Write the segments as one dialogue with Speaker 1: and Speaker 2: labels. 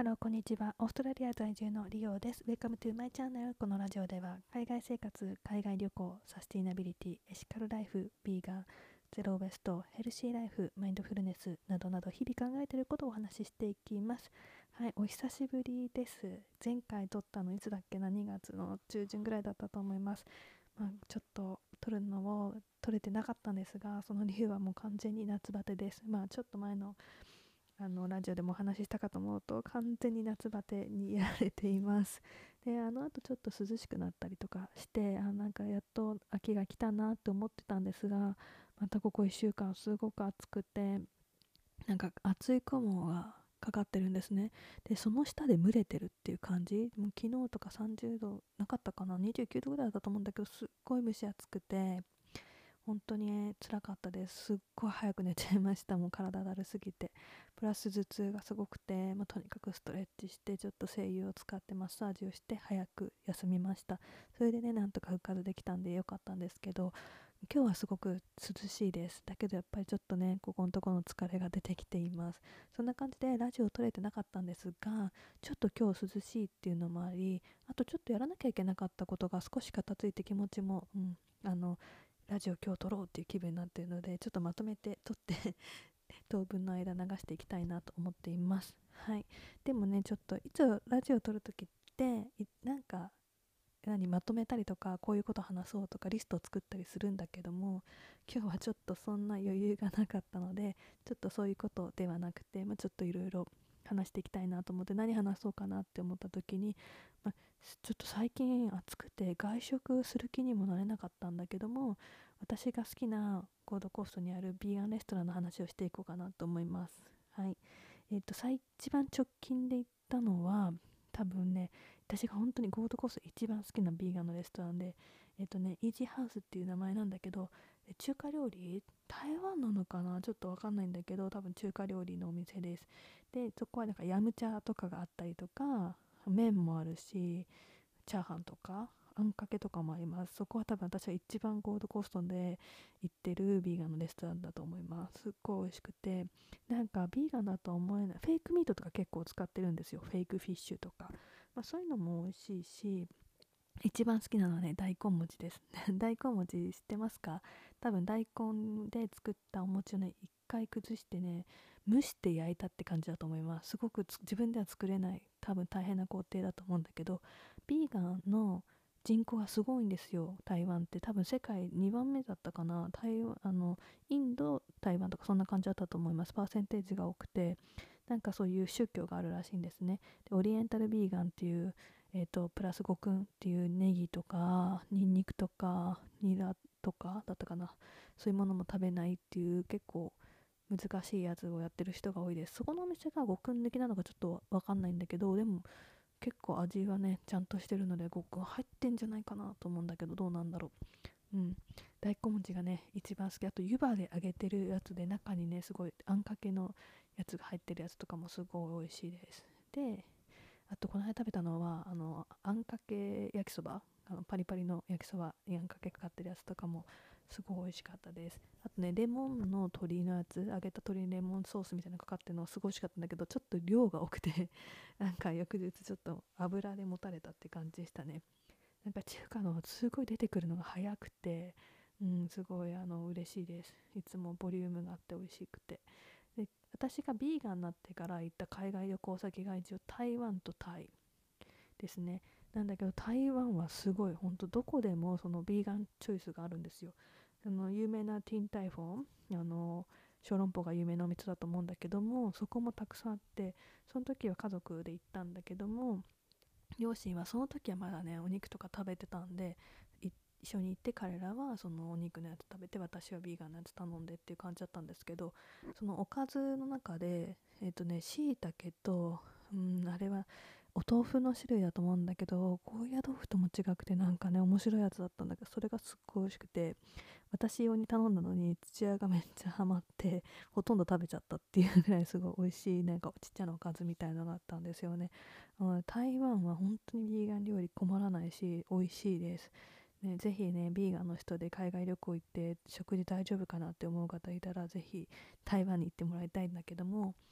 Speaker 1: ハロー、こんにちは。オーストラリア在住のリオです。Welcome to my channel。このラジオでは、海外生活、海外旅行、サスティナビリティ、エシカルライフ、ビーガン、ゼロウェスト、ヘルシーライフ、マインドフルネスなどなど日々考えていることをお話ししていきます。はい、お久しぶりです。前回撮ったのいつだっけな、2月の中旬ぐらいだったと思います。ちょっと撮るのを撮れてなかったんですが、その理由はもう完全に夏バテです。ちょっと前のラジオでもお話ししたかと思うと完全に夏バテにやられています。であの後ちょっと涼しくなったりとかしてなんかやっと秋が来たなって思ってたんですが、またここ1週間すごく暑くて、なんか厚い雲がかかってるんですね。でその下で蒸れてるっていう感じ。もう昨日とか30度なかったかな、29度ぐらいだったと思うんだけど、すっごい蒸し暑くて本当に辛かったです。すっごい早く寝ちゃいました。もう体だるすぎて。プラス頭痛がすごくて、とにかくストレッチして、ちょっと精油を使ってマッサージをして早く休みました。それでね、なんとか復活できたんでよかったんですけど、今日はすごく涼しいです。だけどやっぱりちょっとね、ここのところの疲れが出てきています。そんな感じでラジオ撮れてなかったんですが、ちょっと今日涼しいっていうのもあり、あとちょっとやらなきゃいけなかったことが少し片付いて気持ちも、ラジオ今日撮ろうっていう気分になっているので、ちょっとまとめて撮って当分の間流していきたいなと思っています。はい。でもね、ちょっといつラジオ撮るときってなんかまとめたりとか、こういうこと話そうとかリストを作ったりするんだけども、今日はちょっとそんな余裕がなかったので、ちょっとそういうことではなくて、ちょっといろいろ話していきたいなと思って、何話そうかなって思った時に、ちょっと最近暑くて外食する気にもなれなかったんだけども、私が好きなゴールドコーストにあるビーガンレストランの話をしていこうかなと思います。はい。一番直近で行ったのは、多分ね、私が本当にゴールドコースト一番好きなビーガンのレストランで、イージーハウスっていう名前なんだけど、中華料理、台湾なのかな、ちょっとわかんないんだけど、多分中華料理のお店です。で、そこはなんかヤムチャとかがあったりとか、麺もあるし、チャーハンとかあんかけとかもあります。そこは多分私は一番ゴールドコーストで行ってるビーガンのレストランだと思います。すっごい美味しくて、なんかビーガンだとは思えない、フェイクミートとか結構使ってるんですよ。フェイクフィッシュとか、そういうのも美味しいし、一番好きなのはね、大根餅です。大根餅知ってますか？多分大根で作ったお餅をね、一回崩してね、蒸して焼いたって感じだと思います。すごく自分では作れない、多分大変な工程だと思うんだけど、ビーガンの人口がすごいんですよ。台湾って多分世界2番目だったかな。インド、台湾とかそんな感じだったと思います。パーセンテージが多くて、なんかそういう宗教があるらしいんですね。でオリエンタルビーガンっていう、プラス5くんっていうネギとかニンニクとかニラとかだったかな、そういうものも食べないっていう結構難しいやつをやってる人が多いです。そこのお店が5くん抜きなのかちょっとわかんないんだけど、でも結構味はねちゃんとしてるので5くん入ってんじゃないかなと思うんだけど、どうなんだろう。大根餅がね一番好き。あと湯葉で揚げてるやつで中にねすごいあんかけのやつが入ってるやつとかもすごい美味しいです。で、あとこの間食べたのはあんかけ焼きそば、パリパリの焼きそばにあんかけかかってるやつとかもすごい美味しかったです。あとね、レモンの鶏のやつ、揚げた鶏レモンソースみたいなのかかってるのすごい美味しかったんだけど、ちょっと量が多くてなんか翌日ちょっと油でもたれたって感じでしたね。なんか中華のすごい出てくるのが早くて、すごい嬉しいです。いつもボリュームがあって美味しくて。で、私がビーガンになってから行った海外旅行先が一応台湾とタイですね。なんだけど台湾はすごい本当どこでもそのビーガンチョイスがあるんですよ。有名なティンタイフォン、小籠包が有名なお店だと思うんだけども、そこもたくさんあって、その時は家族で行ったんだけども、両親はその時はまだねお肉とか食べてたんで、一緒に行って彼らはそのお肉のやつ食べて、私はビーガンのやつ頼んでっていう感じだったんですけど、そのおかずの中でしいたけと、あれはお豆腐の種類だと思うんだけど、高野豆腐とも違くてなんかね面白いやつだったんだけど、それがすっごい美味しくて、私用に頼んだのに土屋がめっちゃハマってほとんど食べちゃったっていうぐらいすごい美味しい、なんかちっちゃなおかずみたいなのがあったんですよね。台湾は本当にビーガン料理困らないし美味しいです、ね。ぜひねビーガンの人で海外旅行行って食事大丈夫かなって思う方いたら、ぜひ台湾に行ってもらいたいんだけども、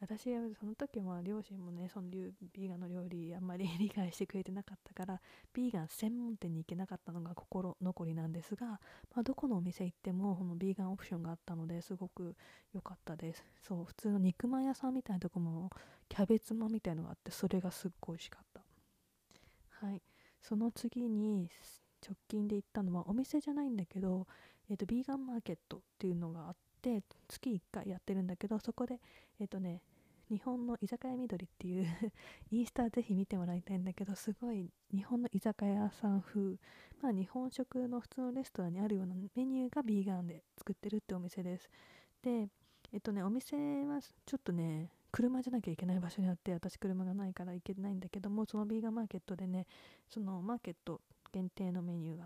Speaker 1: 私はその時は両親もね、そのビーガンの料理あんまり理解してくれてなかったから、ビーガン専門店に行けなかったのが心残りなんですが、どこのお店行ってもこのビーガンオプションがあったのですごく良かったです。そう、普通の肉まん屋さんみたいなとこもキャベツまんみたいのがあって、それがすっごい美味しかった。はい。その次に直近で行ったのはお店じゃないんだけど、ビーガンマーケットっていうのがあって、月1回やってるんだけど、そこで日本の居酒屋緑っていうインスタぜひ見てもらいたいんだけど、すごい日本の居酒屋さん風、日本食の普通のレストランにあるようなメニューがビーガンで作ってるってお店です。で、お店はちょっとね、車じゃなきゃいけない場所にあって、私車がないから行けないんだけども、そのビーガンマーケットでね、そのマーケット限定のメニューがあって、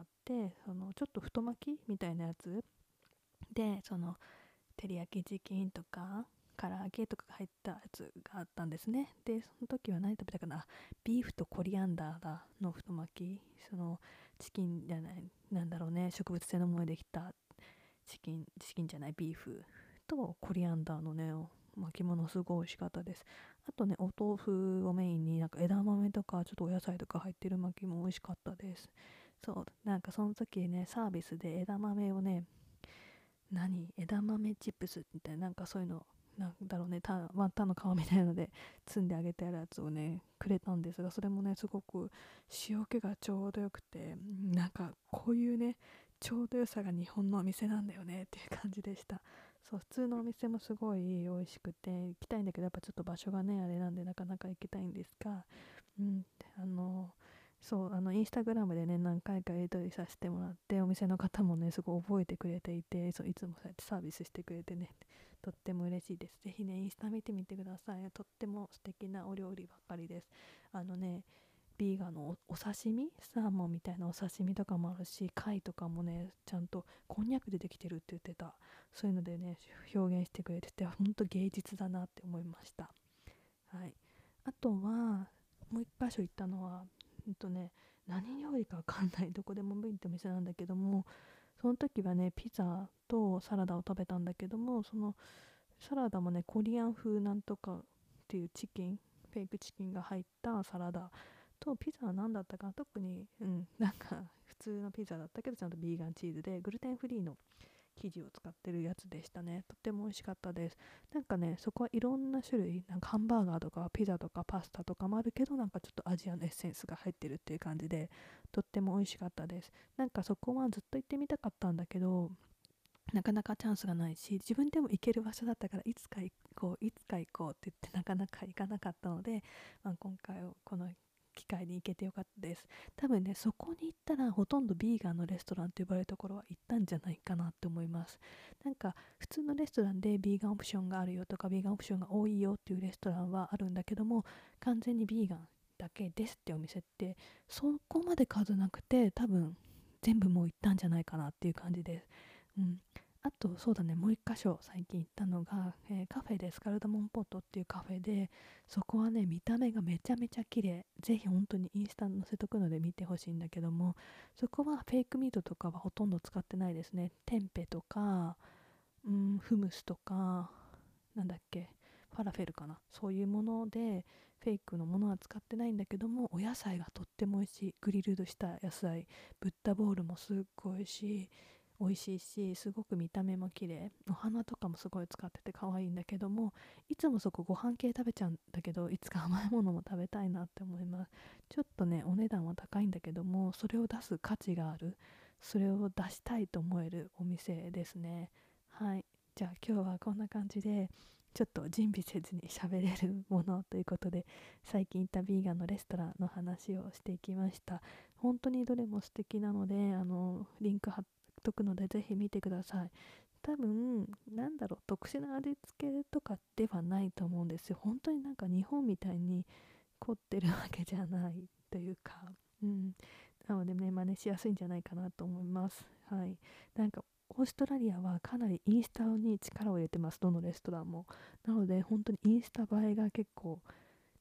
Speaker 1: そのちょっと太巻きみたいなやつで、その照り焼きチキンとか唐揚げとかが入ったやつがあったんですね。で、その時は何食べたかな、ビーフとコリアンダーだの太巻き、そのチキンじゃない、なんだろうね、植物性のものでできたチキンじゃない、ビーフとコリアンダーのね、巻物すごい美味しかったです。あとね、お豆腐をメインになんか枝豆とかちょっとお野菜とか入ってる巻きも美味しかったです。そう、なんかその時ね、サービスで枝豆をね、枝豆チップスみたいな、なんかそういうの、なんだろうね、ワンタンの皮みたいなので積んであげてあるやつをね、くれたんですが、それもね、すごく塩気がちょうどよくて、なんかこういうね、ちょうど良さが日本のお店なんだよねっていう感じでした。そう、普通のお店もすごい美味しくて行きたいんだけど、やっぱちょっと場所がねあれなんでなかなか行きたいんですが、うん、そう、インスタグラムでね、何回かやり取りさせてもらって、お店の方もね、すごい覚えてくれていて、そう、いつもそうやってサービスしてくれてね、とっても嬉しいです。ぜひね、インスタ見てみてください。とっても素敵なお料理ばっかりです。ビーガンのお刺身、サーモンみたいなお刺身とかもあるし、貝とかもね、ちゃんとこんにゃくでできてるって言ってた。そういうのでね、表現してくれてて、ほんと芸術だなって思いました。はい。あとは、もう一箇所行ったのは、何料理かわかんない、どこでもいいってお店なんだけども、その時はね、ピザとサラダを食べたんだけども、そのサラダもね、コリアン風なんとかっていうフェイクチキンが入ったサラダと、ピザは何だったかな、特に、なんか普通のピザだったけど、ちゃんとビーガンチーズで、グルテンフリーの生地を使ってるやつでしたね。とっても美味しかったです。なんかね、そこはいろんな種類、なんかハンバーガーとかピザとかパスタとかもあるけど、なんかちょっとアジアのエッセンスが入ってるっていう感じで、とっても美味しかったです。なんかそこはずっと行ってみたかったんだけど、なかなかチャンスがないし、自分でも行ける場所だったから、いつか行こう、いつか行こうって言ってなかなか行かなかったので、今回この機会に行けてよかったです。多分ね、そこに行ったらほとんどビーガンのレストランと呼ばれるところは行ったんじゃないかなって思います。なんか普通のレストランでビーガンオプションがあるよとか、ビーガンオプションが多いよっていうレストランはあるんだけども、完全にビーガンだけですってお店ってそこまで数なくて、多分全部もう行ったんじゃないかなっていう感じです。うん。あとそうだね、もう一箇所最近行ったのが、カフェでスカルダモンポットっていうカフェで、そこはね、見た目がめちゃめちゃ綺麗。ぜひ本当にインスタに載せとくので見てほしいんだけども、そこはフェイクミートとかはほとんど使ってないですね。テンペとか、フムスとか、なんだっけ、ファラフェルかな。そういうもので、フェイクのものは使ってないんだけども、お野菜がとっても美味しい。グリルドした野菜、ブッダボールもすっごい美味しいし、すごく見た目も綺麗。お花とかもすごい使ってて可愛いんだけども、いつもそこご飯系食べちゃうんだけど、いつか甘いものも食べたいなって思います。ちょっとね、お値段は高いんだけども、それを出す価値がある。それを出したいと思えるお店ですね。はい。じゃあ今日はこんな感じで、ちょっと準備せずに喋れるものということで、最近行ったビーガンのレストランの話をしていきました。本当にどれも素敵なので、リンク貼っとくのでぜひ見てください。多分、なんだろう、特殊な味付けとかではないと思うんですよ。本当になんか日本みたいに凝ってるわけじゃないというか、うん。なのでね、真似しやすいんじゃないかなと思います。はい。なんかオーストラリアはかなりインスタに力を入れてます、どのレストランも。なので本当にインスタ映えが結構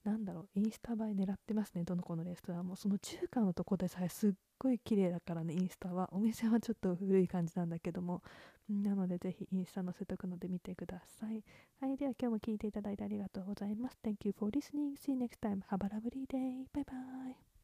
Speaker 1: なんだろう、インスタ映え狙ってますね、どの子のレストランも。その中華のとこでさえすっごい綺麗だからね、インスタは。お店はちょっと古い感じなんだけども。なのでぜひインスタ載せとくので見てください。はい、では今日も聞いていただいてありがとうございます。Thank you for listening. See you next time. Have a lovely day. Bye bye.